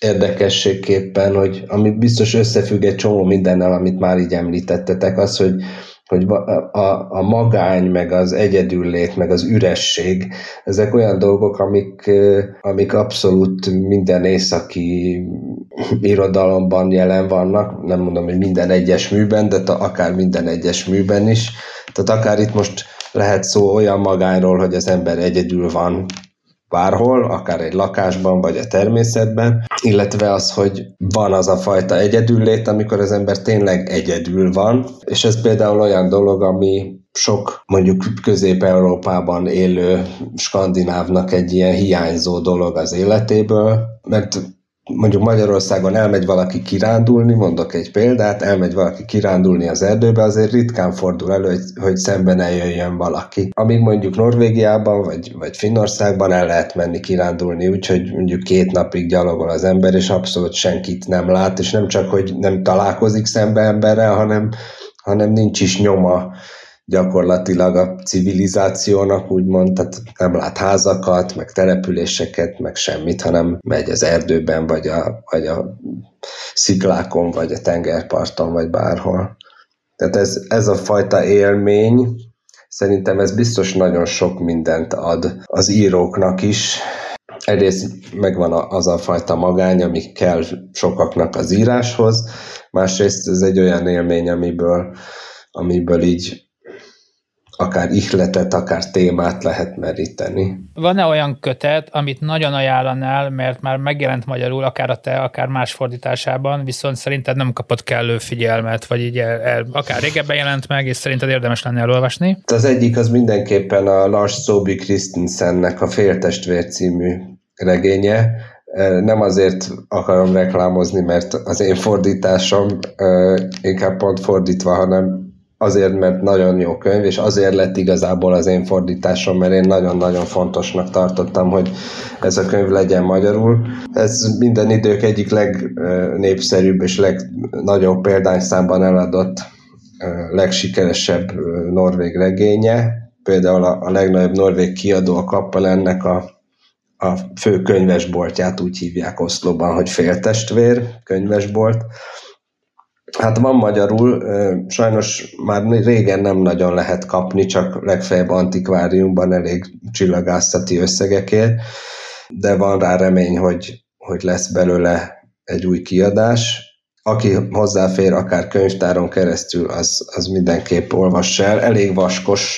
érdekességképpen, hogy ami biztos összefügg egy csomó mindennel, amit már így említettetek, az, hogy a magány, meg az egyedüllét, meg az üresség, ezek olyan dolgok, amik abszolút minden északi irodalomban jelen vannak, nem mondom, hogy minden egyes műben, de akár minden egyes műben is. Tehát akár itt most lehet szó olyan magányról, hogy az ember egyedül van bárhol, akár egy lakásban, vagy a természetben, illetve az, hogy van az a fajta egyedüllét, amikor az ember tényleg egyedül van, és ez például olyan dolog, ami sok mondjuk Közép-Európában élő skandinávnak egy ilyen hiányzó dolog az életéből, mert mondjuk Magyarországon elmegy valaki kirándulni, mondok egy példát, elmegy valaki kirándulni az erdőbe, azért ritkán fordul elő, hogy szemben eljöjjön valaki. Amíg mondjuk Norvégiában vagy Finnországban el lehet menni kirándulni, úgyhogy mondjuk 2 napig gyalogol az ember, és abszolút senkit nem lát, és nem csak, hogy nem találkozik szembe emberrel, hanem nincs is nyoma gyakorlatilag a civilizációnak, úgymond, tehát nem lát házakat, meg településeket, meg semmit, hanem megy az erdőben, vagy a sziklákon, vagy a tengerparton, vagy bárhol. Tehát ez a fajta élmény, szerintem ez biztos nagyon sok mindent ad az íróknak is. Egyrészt megvan az a fajta magány, ami kell sokaknak az íráshoz, másrészt ez egy olyan élmény, amiből így akár ihletet, akár témát lehet meríteni. Van-e olyan kötet, amit nagyon ajánlanál, mert már megjelent magyarul, akár a te, akár más fordításában, viszont szerinted nem kapott kellő figyelmet, vagy így akár régebben jelent meg, és szerinted érdemes lenne elolvasni? Az egyik az mindenképpen a Lars Saabye Christensennek a Féltestvér című regénye. Nem azért akarom reklámozni, mert az én fordításom inkább pont fordítva, hanem azért, mert nagyon jó könyv, és azért lett igazából az én fordításom, mert én nagyon-nagyon fontosnak tartottam, hogy ez a könyv legyen magyarul. Ez minden idők egyik legnépszerűbb és legnagyobb példányszámban eladott, legsikeresebb norvég regénye. Például a legnagyobb norvég kiadó, a Kappalennek a fő könyvesboltját úgy hívják Oszlóban, hogy Féltestvér könyvesbolt. Hát van magyarul, sajnos már régen nem nagyon lehet kapni, csak legfeljebb antikváriumban elég csillagászati összegekért, de van rá remény, hogy lesz belőle egy új kiadás. Aki hozzáfér akár könyvtáron keresztül, az mindenképp olvassa el. Elég vaskos,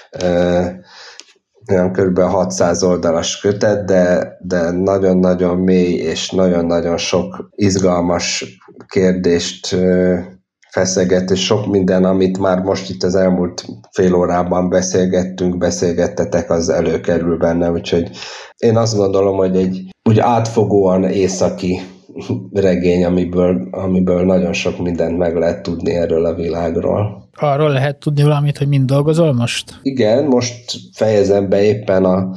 olyan kb. 600 oldalas kötet, de nagyon-nagyon mély és nagyon-nagyon sok izgalmas kérdést feszeget, és sok minden, amit már most itt az elmúlt fél órában beszélgettetek, az előkerül benne, úgyhogy én azt gondolom, hogy egy úgy átfogóan északi regény, amiből nagyon sok mindent meg lehet tudni erről a világról. Arról lehet tudni valamit, hogy mind dolgozol most? Igen, most fejezem be éppen a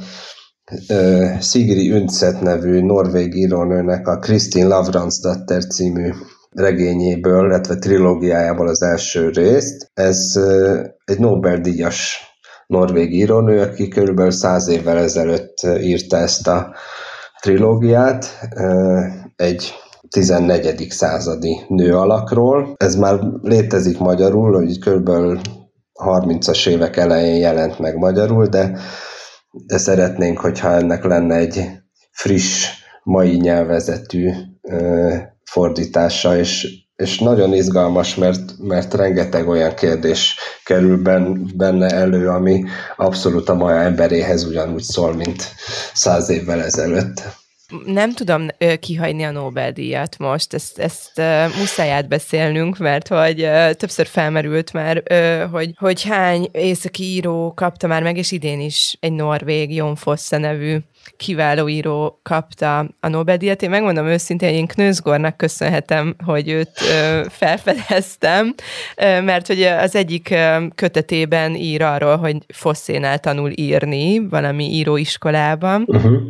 Sigrid Undset nevű norvég írónőnek a Kristin Lavransdatter című regényéből, illetve trilógiájából az első részt. Ez egy Nobel-díjas norvég írónő, aki körülbelül 100 évvel ezelőtt írta ezt a trilógiát, egy 14. századi nő alakról. Ez már létezik magyarul, hogy körülbelül 30-as évek elején jelent meg magyarul, de szeretnénk, hogyha ennek lenne egy friss, mai nyelvezetű fordítása, és nagyon izgalmas, mert rengeteg olyan kérdés kerül benne elő, ami abszolút a ma emberéhez ugyanúgy szól, mint 100 évvel ezelőtt. Nem tudom kihagyni a Nobel-díjat most, ezt muszáj átbeszélnünk, mert hogy többször felmerült már, hogy hány északi író kapta már meg, és idén is egy norvég, Jon Fosse nevű kiváló író kapta a Nobel-díjat. Én megmondom őszintén, én Knausgårdnak köszönhetem, hogy őt felfedeztem, mert hogy az egyik kötetében ír arról, hogy Fossénál tanul írni valami íróiskolában,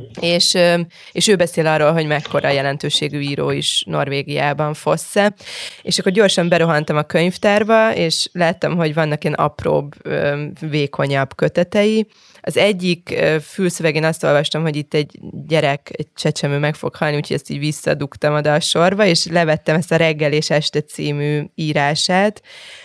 és ő beszél arról, hogy mekkora jelentőségű író is Norvégiában Fosse, és akkor gyorsan berohantam a könyvtárba, és láttam, hogy vannak ilyen apróbb, vékonyabb kötetei, Az egyik fülszövegén azt olvastam, hogy itt egy gyerek, egy csecsemő meg fog halni, úgyhogy ezt így visszadugtam oda a sorba, és levettem ezt a Reggel és este című írását,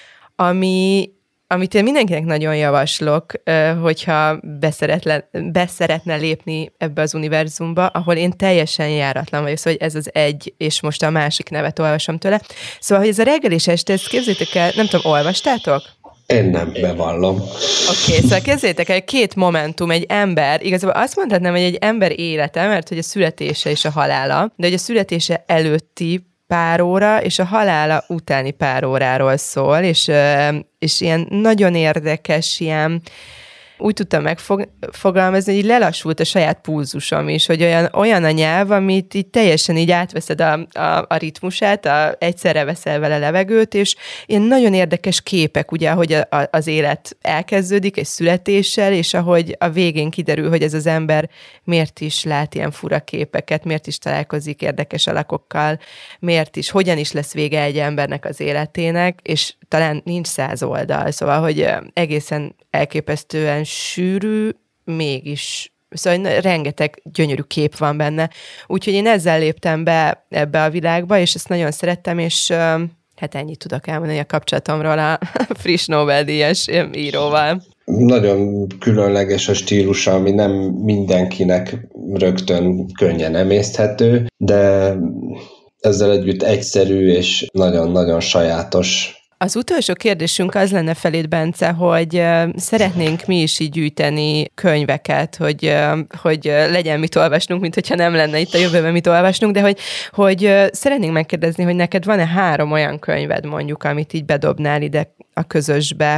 amit én mindenkinek nagyon javaslok, hogyha beszeretne lépni ebbe az univerzumba, ahol én teljesen járatlan vagyok, szóval ez az egy, és most a másik nevet olvasom tőle. Szóval, hogy ez a Reggel és este, ezt képzeljétek el, nem tudom, olvastátok? Én nem, bevallom. Oké, szóval képzeljétek el, két momentum, egy ember, igazából azt mondhatnám, hogy egy ember élete, mert hogy a születése és a halála, de hogy a születése előtti pár óra, és a halála utáni pár óráról szól, és ilyen nagyon érdekes, ilyen úgy tudtam megfogalmazni, hogy így lelassult a saját pulzusom is, hogy olyan a nyelv, amit így teljesen így átveszed a ritmusát, egyszerre veszel vele levegőt, és ilyen nagyon érdekes képek, ugye, ahogy az élet elkezdődik egy születéssel, és ahogy a végén kiderül, hogy ez az ember miért is lát ilyen fura képeket, miért is találkozik érdekes alakokkal, hogyan is lesz vége egy embernek az életének, és talán nincs 100 oldal, szóval, hogy egészen elképesztően sűrű, mégis, szóval rengeteg gyönyörű kép van benne. Úgyhogy én ezzel léptem be ebbe a világba, és ezt nagyon szerettem, és hát ennyit tudok elmondani a kapcsolatomról a friss Nobel-díjas íróval. Nagyon különleges a stílusa, ami nem mindenkinek rögtön könnyen emészthető, de ezzel együtt egyszerű és nagyon-nagyon sajátos. Az utolsó kérdésünk az lenne feléd, Bence, hogy szeretnénk mi is így gyűjteni könyveket, hogy legyen mit olvasnunk, mint hogyha nem lenne itt a jövőben mit olvasnunk, de hogy szeretnénk megkérdezni, hogy neked van-e 3 olyan könyved mondjuk, amit így bedobnál ide a közösbe,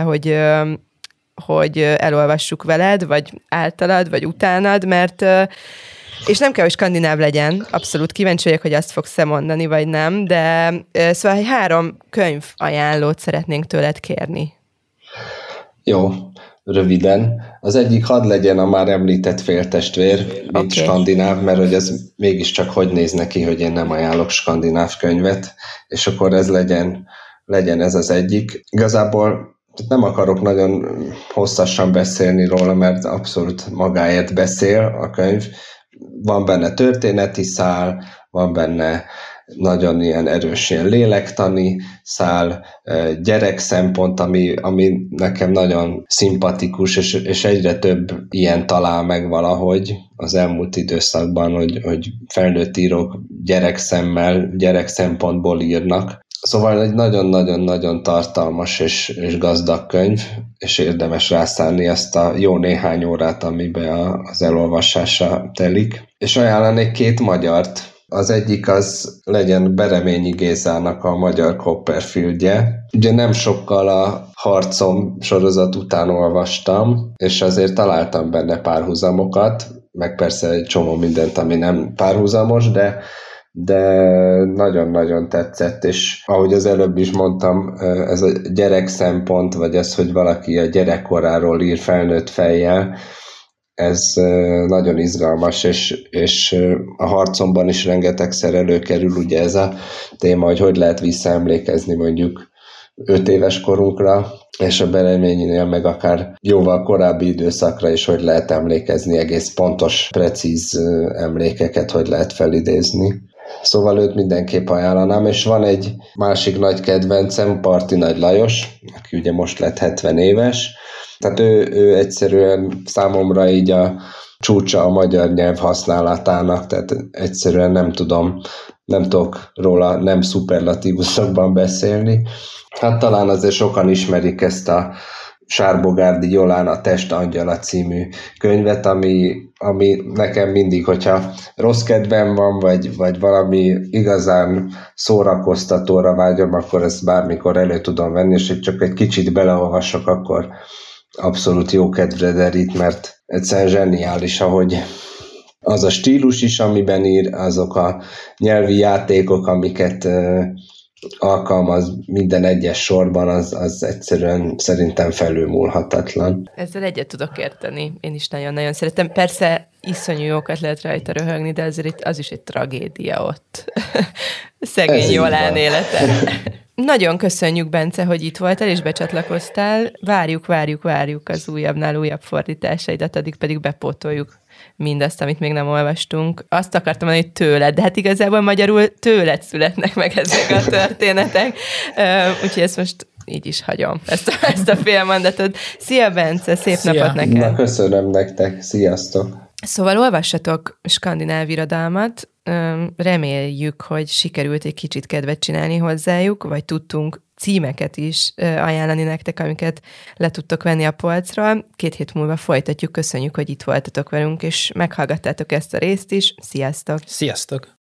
hogy elolvassuk veled, vagy általad, vagy utánad, mert és nem kell, hogy skandináv legyen, abszolút kíváncsi vagyok, hogy azt fogsz-e mondani, vagy nem, de szóval 3 könyv ajánlót szeretnénk tőled kérni. Jó, röviden. Az egyik hadd legyen a már említett Féltestvér, mint skandináv, mert hogy ez mégiscsak hogy néz neki, hogy én nem ajánlok skandináv könyvet, és akkor ez legyen ez az egyik. Igazából nem akarok nagyon hosszasan beszélni róla, mert abszolút magáért beszél a könyv. Van benne történeti szál, van benne nagyon ilyen erős ilyen lélektani szál, gyerek szempont, ami nekem nagyon szimpatikus, és egyre több ilyen talál meg valahogy az elmúlt időszakban, hogy felnőtt írók gyerekszemmel, gyerek szempontból írnak. Szóval egy nagyon-nagyon-nagyon tartalmas és gazdag könyv, és érdemes rászállni ezt a jó néhány órát, amiben az elolvasása telik. És ajánlanék 2 magyart. Az egyik az legyen Bereményi Gézának a Magyar Copperfieldje. Ugye nem sokkal a Harcom sorozat után olvastam, és azért találtam benne párhuzamokat, meg persze egy csomó mindent, ami nem párhuzamos, de nagyon-nagyon tetszett, és ahogy az előbb is mondtam, ez a gyerek szempont, vagy az, hogy valaki a gyerekkoráról ír felnőtt fejjel, ez nagyon izgalmas, és a Harcomban is rengetegszer előkerül ugye ez a téma, hogy lehet visszaemlékezni mondjuk 5 éves korunkra, és a Bereményinél meg akár jóval korábbi időszakra is, hogy lehet emlékezni, egész pontos, precíz emlékeket, hogy lehet felidézni. Szóval őt mindenképp ajánlanám, és van egy másik nagy kedvencem, Parti Nagy Lajos, aki ugye most lett 70 éves, tehát ő egyszerűen számomra így a csúcsa a magyar nyelv használatának, tehát egyszerűen nem tudok róla nem szuperlatívuszokban beszélni. Hát talán azért sokan ismerik ezt a Sárbogárdi Jolán a Test angyala című könyvet, ami nekem mindig, hogyha rossz kedvem van, vagy valami igazán szórakoztatóra vágyom, akkor ezt bármikor elő tudom venni, és hogy csak egy kicsit beleolvasok, akkor abszolút jó kedvre derít, mert egyszerűen zseniális, ahogy az a stílus is, amiben ír, azok a nyelvi játékok, amiket alkalmaz minden egyes sorban, az egyszerűen szerintem felülmúlhatatlan. Ezzel egyet tudok érteni. Én is nagyon-nagyon szeretem. Persze iszonyú jókat lehet rajta röhögni, de azért az is egy tragédia ott. Szegény Jolán élete. Nagyon köszönjük, Bence, hogy itt voltál és becsatlakoztál. Várjuk az újabbnál újabb fordításaidat, addig pedig bepótoljuk mindazt, amit még nem olvastunk. Azt akartam mondani, hogy tőled, de hát igazából magyarul tőled születnek meg ezek a történetek. Úgyhogy ezt most így is hagyom, ezt a félmondatot. Szia, Bence, szép napot neked! Na, köszönöm nektek, sziasztok! Szóval olvassatok skandináv irodalmat, reméljük, hogy sikerült egy kicsit kedvet csinálni hozzájuk, vagy tudtunk címeket is ajánlani nektek, amiket le tudtok venni a polcról. 2 hét múlva folytatjuk, köszönjük, hogy itt voltatok velünk, és meghallgattátok ezt a részt is. Sziasztok! Sziasztok!